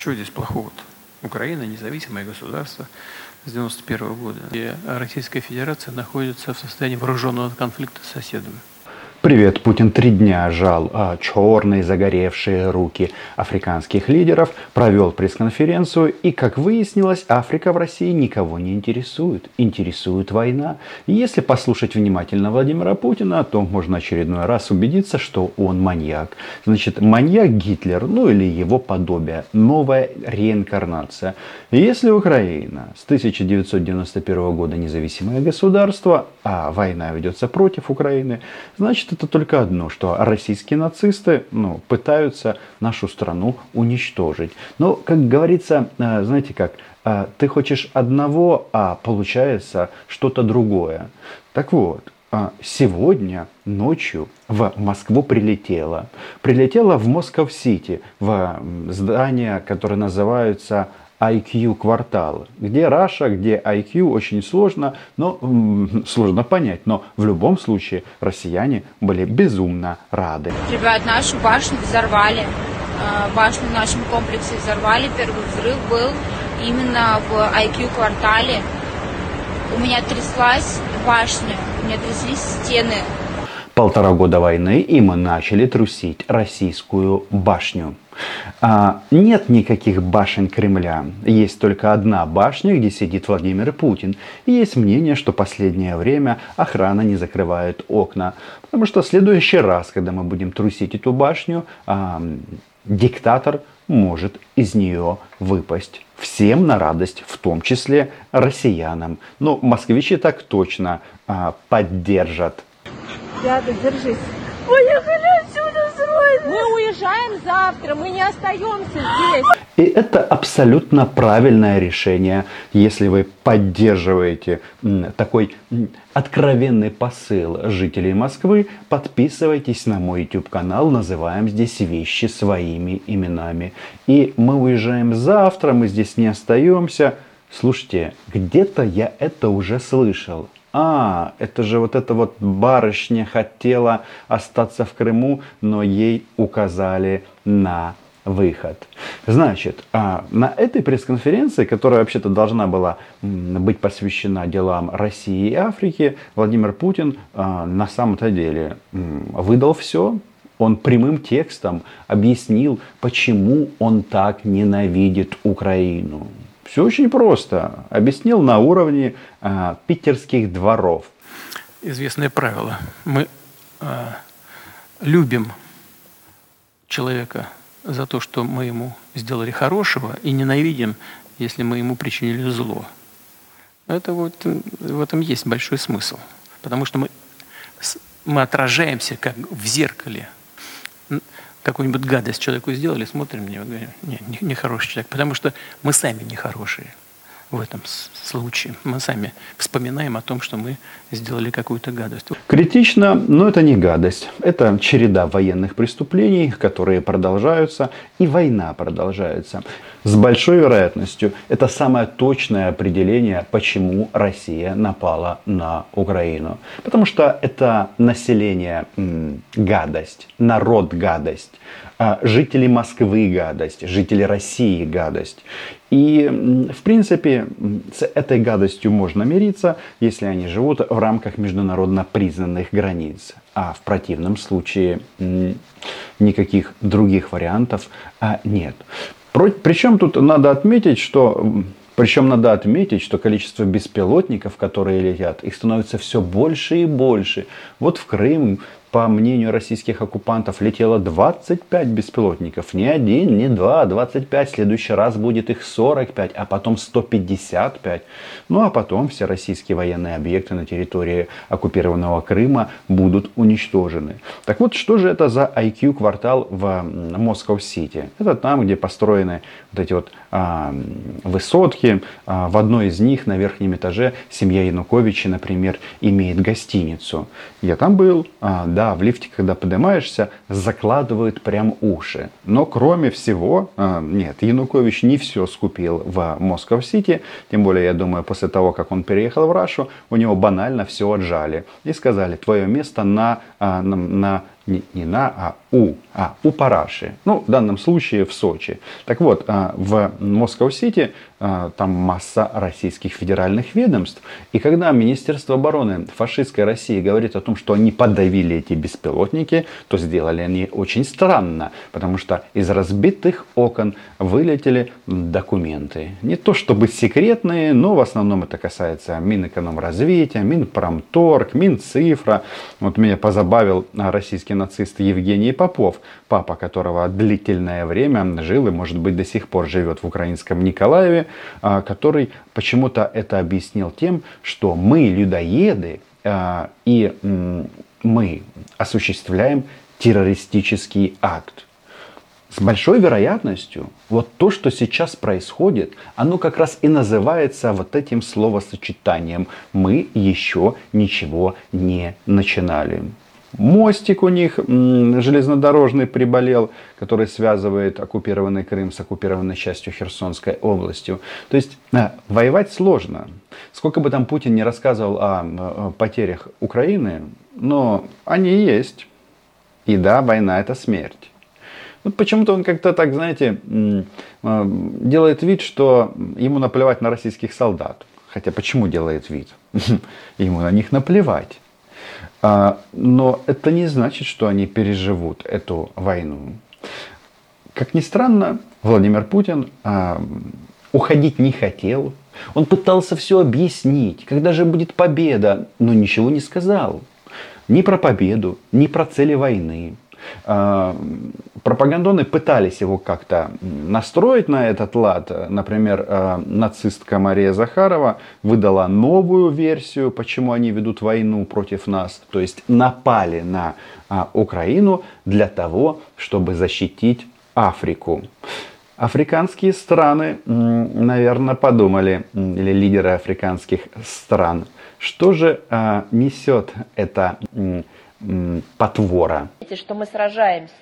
Что здесь плохого-то? Украина независимое государство с 91 года, где Российская Федерация находится в состоянии вооруженного конфликта с соседами. Привет, Путин 3 дня жал черные загоревшие руки африканских лидеров, провел пресс-конференцию и, как выяснилось, Африка в России никого не интересует. Интересует война. И если послушать внимательно Владимира Путина, то можно очередной раз убедиться, что он маньяк. Значит, маньяк Гитлер, ну или его подобие, новая реинкарнация. И если Украина с 1991 года независимое государство, а война ведется против Украины, значит, это только одно, что российские нацисты пытаются нашу страну уничтожить. Но, как говорится, знаете как, ты хочешь одного, а получается что-то другое. Так вот, сегодня ночью в Москву прилетела в Москов-Сити, в здание, которое называется IQ квартал, где Раша, где IQ, очень сложно понять, но в любом случае россияне были безумно рады. Ребят, нашу башню взорвали, башню в нашем комплексе взорвали, первый взрыв был именно в IQ квартале. У меня тряслась башня, у меня тряслись стены. 1,5 года войны, и мы начали трусить российскую башню. Нет никаких башен Кремля. Есть только одна башня, где сидит Владимир Путин. И есть мнение, что последнее время охрана не закрывает окна. Потому что в следующий раз, когда мы будем трусить эту башню, диктатор может из нее выпасть. Всем на радость, в том числе россиянам. Но москвичи так точно поддержат. Ряда, держись. Поехали отсюда, срочно! Мы уезжаем завтра, мы не остаемся здесь. И это абсолютно правильное решение, если вы поддерживаете такой откровенный посыл жителей Москвы. Подписывайтесь на мой YouTube канал, называем здесь вещи своими именами. И мы уезжаем завтра, мы здесь не остаемся. Слушайте, где-то я это уже слышал. Это же вот эта вот барышня хотела остаться в Крыму, но ей указали на выход. Значит, на этой пресс-конференции, которая вообще-то должна была быть посвящена делам России и Африки, Владимир Путин на самом-то деле выдал все. Он прямым текстом объяснил, почему он так ненавидит Украину. Все очень просто. Объяснил на уровне питерских дворов. Известное правило. Мы любим человека за то, что мы ему сделали хорошего, и ненавидим, если мы ему причинили зло. Это вот в этом есть большой смысл. Потому что мы отражаемся, как в зеркале. Какую-нибудь гадость человеку сделали, смотрим на него, говорим, нет, нехороший человек, потому что мы сами нехорошие в этом случае. Мы сами вспоминаем о том, что мы сделали какую-то гадость. Критично, но это не гадость. Это череда военных преступлений, которые продолжаются, и война продолжается. С большой вероятностью это самое точное определение, почему Россия напала на Украину. Потому что это население гадость, народ гадость, жители Москвы гадость, жители России гадость. И, в принципе, с этой гадостью можно мириться, если они живут в рамках международно признанных границ. А в противном случае никаких других вариантов нет. Причем тут надо отметить, что количество беспилотников, которые летят, их становится все больше и больше. Вот в Крым, по мнению российских оккупантов, летело 25 беспилотников. Не один, не два, 25. В следующий раз будет их 45, а потом 155. А потом все российские военные объекты на территории оккупированного Крыма будут уничтожены. Так вот, что же это за IQ квартал в Москов-Сити? Это там, где построены вот эти вот высотки. В одной из них на верхнем этаже семья Януковича, например, имеет гостиницу. Я там был. Да, в лифте, когда поднимаешься, закладывают прям уши. Но кроме всего, нет, Янукович не все скупил в Москов-Сити. Тем более, я думаю, после того, как он переехал в Рашу, у него банально все отжали. И сказали, твое место у Параши. Ну, в данном случае в Сочи. Так вот, в Москва-Сити там масса российских федеральных ведомств. И когда Министерство обороны фашистской России говорит о том, что они подавили эти беспилотники, то сделали они очень странно. Потому что из разбитых окон вылетели документы. Не то чтобы секретные, но в основном это касается Минэкономразвития, Минпромторг, Минцифра. Вот меня позабавил российский нацист Евгений Попов, папа которого длительное время жил и, может быть, до сих пор живет в украинском Николаеве, который почему-то это объяснил тем, что мы людоеды и мы осуществляем террористический акт. С большой вероятностью вот то, что сейчас происходит, оно как раз и называется вот этим словосочетанием «мы еще ничего не начинали». Мостик у них железнодорожный приболел, который связывает оккупированный Крым с оккупированной частью Херсонской областью. То есть воевать сложно. Сколько бы там Путин не рассказывал о потерях Украины, но они есть. И да, война это смерть. Вот почему-то он как-то так, знаете, делает вид, что ему наплевать на российских солдат. Хотя почему делает вид? Ему на них наплевать. Но это не значит, что они переживут эту войну. Как ни странно, Владимир Путин уходить не хотел. Он пытался все объяснить, когда же будет победа, но ничего не сказал. Ни про победу, ни про цели войны. Пропагандоны пытались его как-то настроить на этот лад. Например, нацистка Мария Захарова выдала новую версию, почему они ведут войну против нас. То есть напали на Украину для того, чтобы защитить Африку. Африканские страны, наверное, подумали, или лидеры африканских стран, что же несет эта потвора. Что мы сражаемся.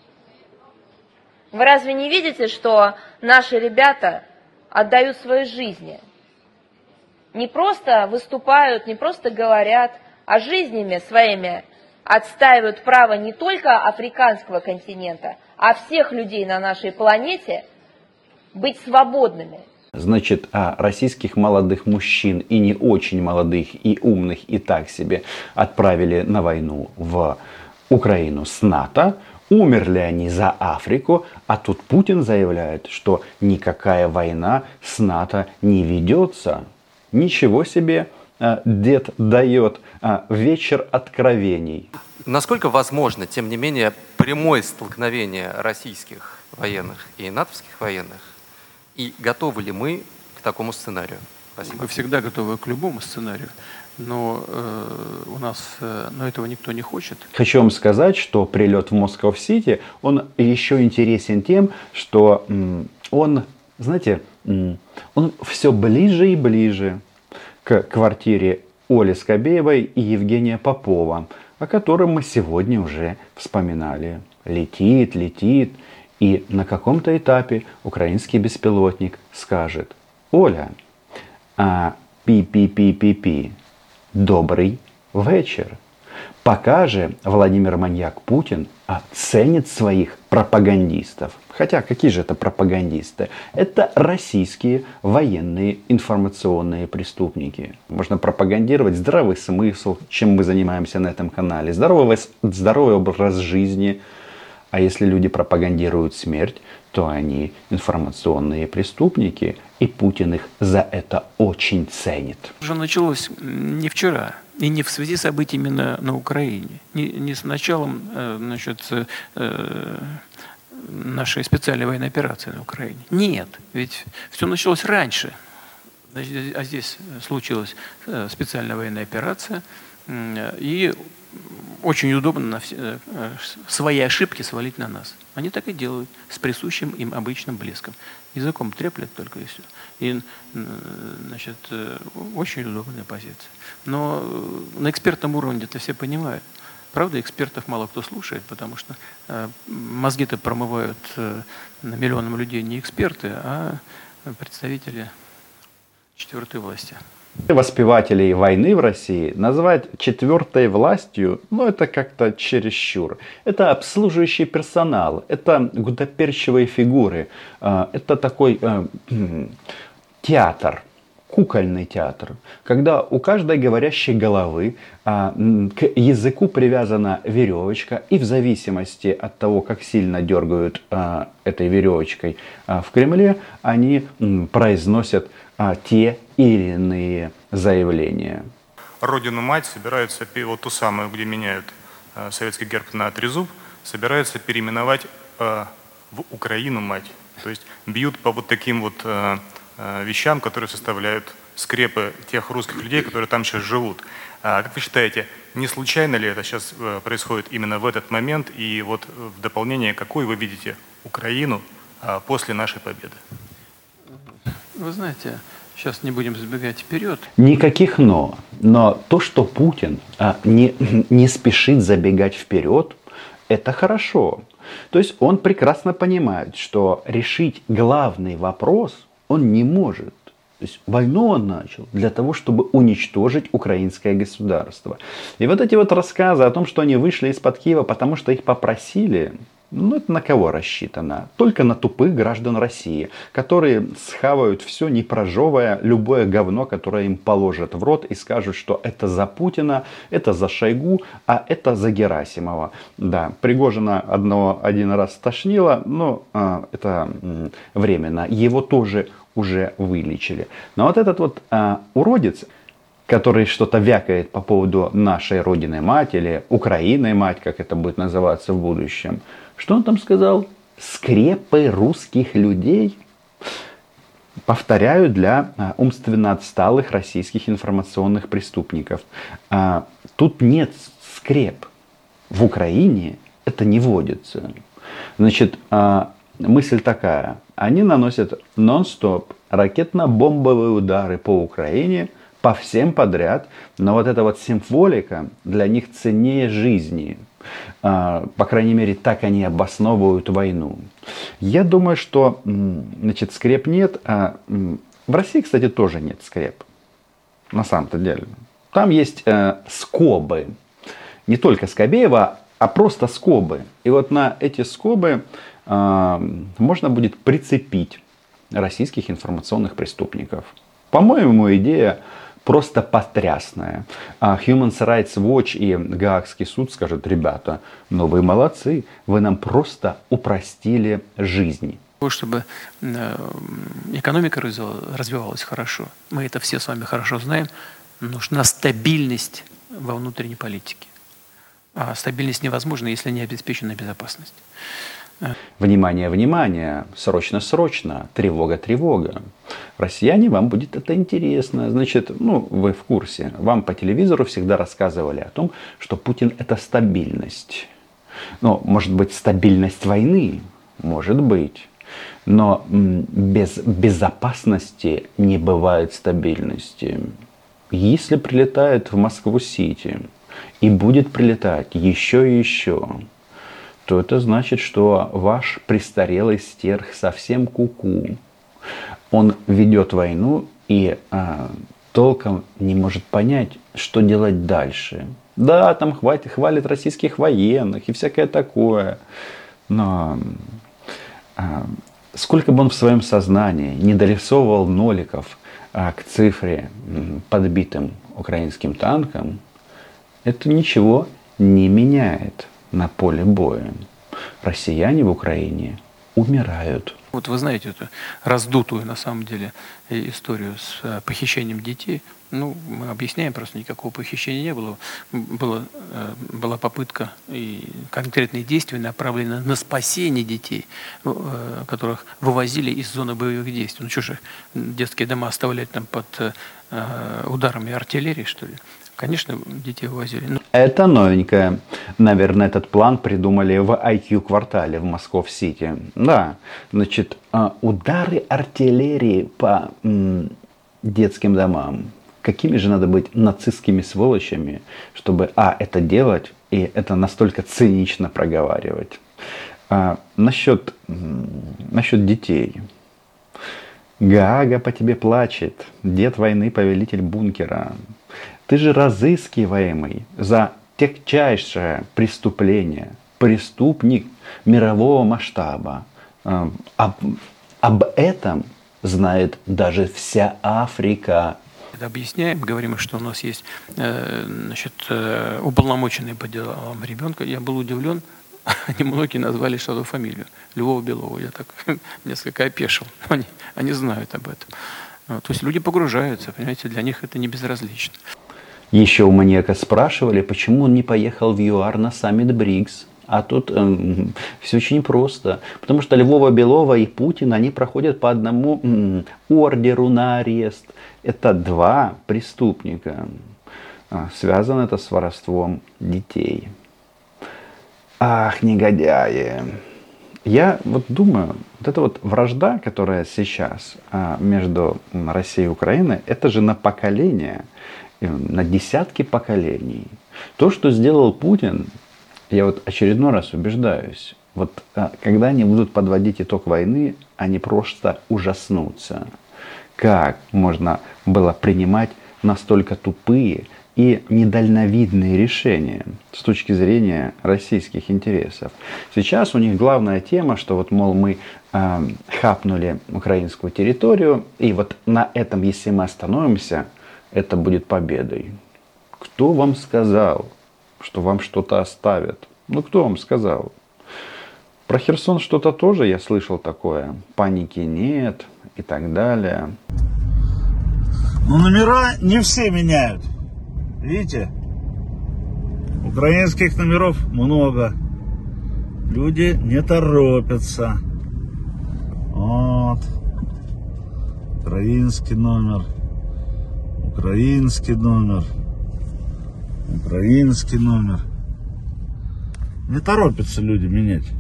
Вы разве не видите, что наши ребята отдают свои жизни? Не просто выступают, не просто говорят, а жизнями своими отстаивают право не только африканского континента, а всех людей на нашей планете быть свободными. Значит, российских молодых мужчин и не очень молодых и умных и так себе отправили на войну в Украину с НАТО. Умерли они за Африку, а тут Путин заявляет, что никакая война с НАТО не ведется. Ничего себе, дед дает вечер откровений. Насколько возможно, тем не менее, прямое столкновение российских военных и натовских военных? И готовы ли мы к такому сценарию? Спасибо. Мы всегда готовы к любому сценарию, но у нас этого никто не хочет. Хочу вам сказать, что прилет в Москва-Сити, он еще интересен тем, что он, знаете, он все ближе и ближе к квартире Оли Скобеевой и Евгения Попова, о котором мы сегодня уже вспоминали. Летит, летит. И на каком-то этапе украинский беспилотник скажет: Оля, пи-пи-пи-пи-пи, добрый вечер. Пока же Владимир Маньяк Путин ценит своих пропагандистов. Хотя какие же это пропагандисты? Это российские военные информационные преступники. Можно пропагандировать здравый смысл, чем мы занимаемся на этом канале, здоровый образ жизни. А если люди пропагандируют смерть, то они информационные преступники. И Путин их за это очень ценит. Уже началось не вчера. И не в связи с событиями на Украине. Не с началом нашей специальной военной операции на Украине. Нет. Ведь все началось раньше. А здесь случилась специальная военная операция. И очень удобно свои ошибки свалить на нас. Они так и делают, с присущим им обычным блеском. Языком треплет только и все. И, очень удобная позиция. Но на экспертном уровне это все понимают. Правда, экспертов мало кто слушает, потому что мозги-то промывают миллионам людей не эксперты, а представители четвертой власти. Воспевателей войны в России называть четвертой властью, ну это как-то чересчур. Это обслуживающий персонал, это гутоперчивые фигуры, это такой театр, кукольный театр, когда у каждой говорящей головы к языку привязана веревочка, и в зависимости от того, как сильно дергают этой веревочкой в Кремле, они произносят те или иные заявления. Родину-мать собираются, вот ту самую, где меняют советский герб на трезуб, собираются переименовать в Украину-мать. То есть бьют по вот таким вот вещам, которые составляют скрепы тех русских людей, которые там сейчас живут. Как вы считаете, не случайно ли это сейчас происходит именно в этот момент? И вот в дополнение, какой вы видите Украину после нашей победы? Вы знаете, сейчас не будем забегать вперед. Никаких «но». Но то, что Путин не спешит забегать вперед, это хорошо. То есть он прекрасно понимает, что решить главный вопрос он не может. То есть войну он начал для того, чтобы уничтожить украинское государство. И вот эти вот рассказы о том, что они вышли из-под Киева, потому что их попросили, ну это на кого рассчитано? Только на тупых граждан России, которые схавают все, не прожевывая любое говно, которое им положат в рот и скажут, что это за Путина, это за Шойгу, а это за Герасимова. Да, Пригожина один раз тошнило, но это временно. Его тоже уже вылечили. Но вот этот вот уродец, который что-то вякает по поводу нашей Родины-мать или Украины-мать, как это будет называться в будущем, что он там сказал? Скрепы русских людей. Повторяю, для умственно отсталых российских информационных преступников. Тут нет скреп. В Украине это не водится. Значит, мысль такая. Они наносят нон-стоп ракетно-бомбовые удары по Украине, по всем подряд. Но вот эта вот символика для них ценнее жизни. По крайней мере, так они обосновывают войну. Я думаю, что значит, скреп нет. В России, кстати, тоже нет скреп. На самом-то деле. Там есть скобы. Не только Скобеева, а просто скобы. И вот на эти скобы можно будет прицепить российских информационных преступников. По-моему, идея просто потрясная. Human Rights Watch и Гаагский суд скажут: ребята, ну вы молодцы, вы нам просто упростили жизнь. Чтобы экономика развивалась хорошо, мы это все с вами хорошо знаем, нужна стабильность во внутренней политике. А стабильность невозможна, если не обеспечена безопасность. Внимание, внимание, срочно, срочно, тревога, тревога. Россияне, вам будет это интересно. Значит, вы в курсе. Вам по телевизору всегда рассказывали о том, что Путин это стабильность. Может быть, стабильность войны? Может быть. Но без безопасности не бывает стабильности. Если прилетает в Москву-Сити и будет прилетать еще и еще, то это значит, что ваш престарелый стерх совсем куку. Он ведет войну и толком не может понять, что делать дальше. Да, там хвалит российских военных и всякое такое. Но сколько бы он в своем сознании не дорисовывал ноликов к цифре подбитым украинским танкам, это ничего не меняет на поле боя. Россияне в Украине умирают. Вот вы знаете эту раздутую, на самом деле, историю с похищением детей. Мы объясняем, просто никакого похищения не было. Была попытка и конкретные действия направлены на спасение детей, которых вывозили из зоны боевых действий. Что же, детские дома оставлять там под ударами артиллерии, что ли? Конечно, детей вывозили. Это новенькое. Наверное, этот план придумали в IQ-квартале в Москва-Сити. Да, значит, удары артиллерии по детским домам. Какими же надо быть нацистскими сволочами, чтобы это делать и это настолько цинично проговаривать. Насчет детей. Гаага по тебе плачет, дед войны, повелитель бункера. Ты же разыскиваемый за тягчайшее преступление, преступник мирового масштаба. Об этом знает даже вся Африка. Когда объясняем, говорим, что у нас есть уполномоченный по делам ребенка, я был удивлен, они многие назвали что-то фамилию. Львова-Белова. Я так несколько опешил. Они знают об этом. То есть люди погружаются, понимаете, для них это не безразлично. Еще у маньяка спрашивали, почему он не поехал в ЮАР на саммит БРИКС. А тут все очень просто. Потому что Львова-Белова и Путин, они проходят по одному ордеру на арест. Это два преступника. Связано это с воровством детей. Ах, негодяи. Я вот думаю, вот эта вот вражда, которая сейчас между Россией и Украиной, это же на поколение, на десятки поколений. То, что сделал Путин, я вот очередной раз убеждаюсь, вот когда они будут подводить итог войны, они просто ужаснутся. Как можно было принимать настолько тупые и недальновидные решения с точки зрения российских интересов. Сейчас у них главная тема, что вот, мол, мы хапнули украинскую территорию, и вот на этом, если мы остановимся, это будет победой. Кто вам сказал, что вам что-то оставят? Ну, кто вам сказал? Про Херсон что-то тоже я слышал такое. Паники нет и так далее. Но номера не все меняют. Видите? Украинских номеров много. Люди не торопятся. Вот. Украинский номер. Украинский номер. Украинский номер. Не торопятся люди менять.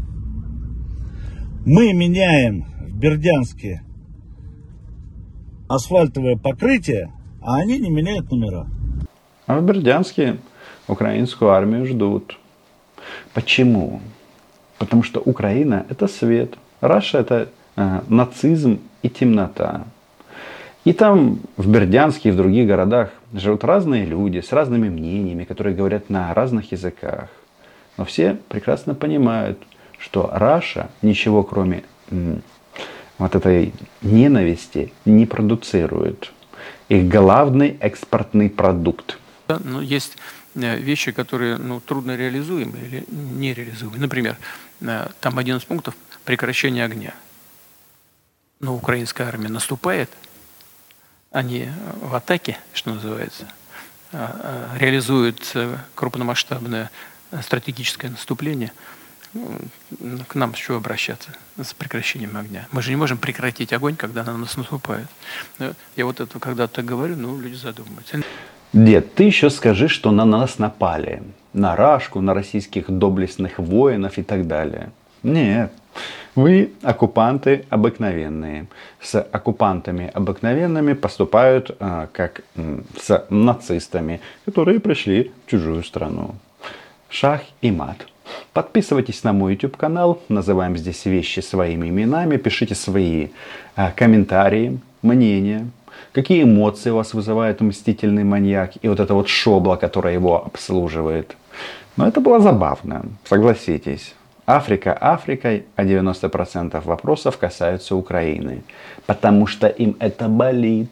Мы меняем в Бердянске асфальтовое покрытие, а они не меняют номера. А в Бердянске украинскую армию ждут. Почему? Потому что Украина – это свет. Раша – это нацизм и темнота. И там, в Бердянске и в других городах, живут разные люди с разными мнениями, которые говорят на разных языках. Но все прекрасно понимают, что Раша ничего кроме вот этой ненависти не продуцирует. Их главный экспортный продукт. Но есть вещи, которые трудно реализуемы или нереализуемы. Например, там один из пунктов – прекращение огня. Но украинская армия наступает, они в атаке, что называется, реализуют крупномасштабное стратегическое наступление. К нам с чего обращаться? С прекращением огня. Мы же не можем прекратить огонь, когда на нас наступает. Я вот это когда-то говорю, люди задумываются. Дед, ты еще скажи, что на нас напали. На Рашку, на российских доблестных воинов и так далее. Нет. Вы оккупанты обыкновенные. С оккупантами обыкновенными поступают как с нацистами, которые пришли в чужую страну. Шах и мат. Подписывайтесь на мой YouTube канал, называем здесь вещи своими именами, пишите свои комментарии, мнения, какие эмоции у вас вызывает мстительный маньяк и вот это вот шобло, которое его обслуживает. Но это было забавно, согласитесь. Африка Африкой, а 90% вопросов касаются Украины, потому что им это болит.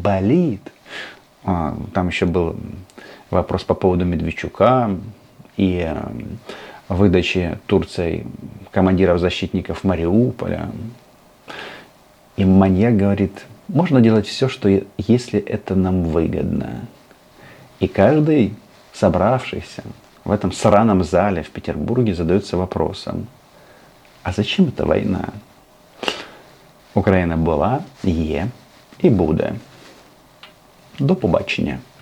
Там еще был вопрос по поводу Медведчука и выдачи Турцией командиров-защитников Мариуполя. И маньяк говорит, можно делать все, что если это нам выгодно. И каждый собравшийся в этом сраном зале в Петербурге задается вопросом, а зачем эта война? Україна була, є і буде. До побачення.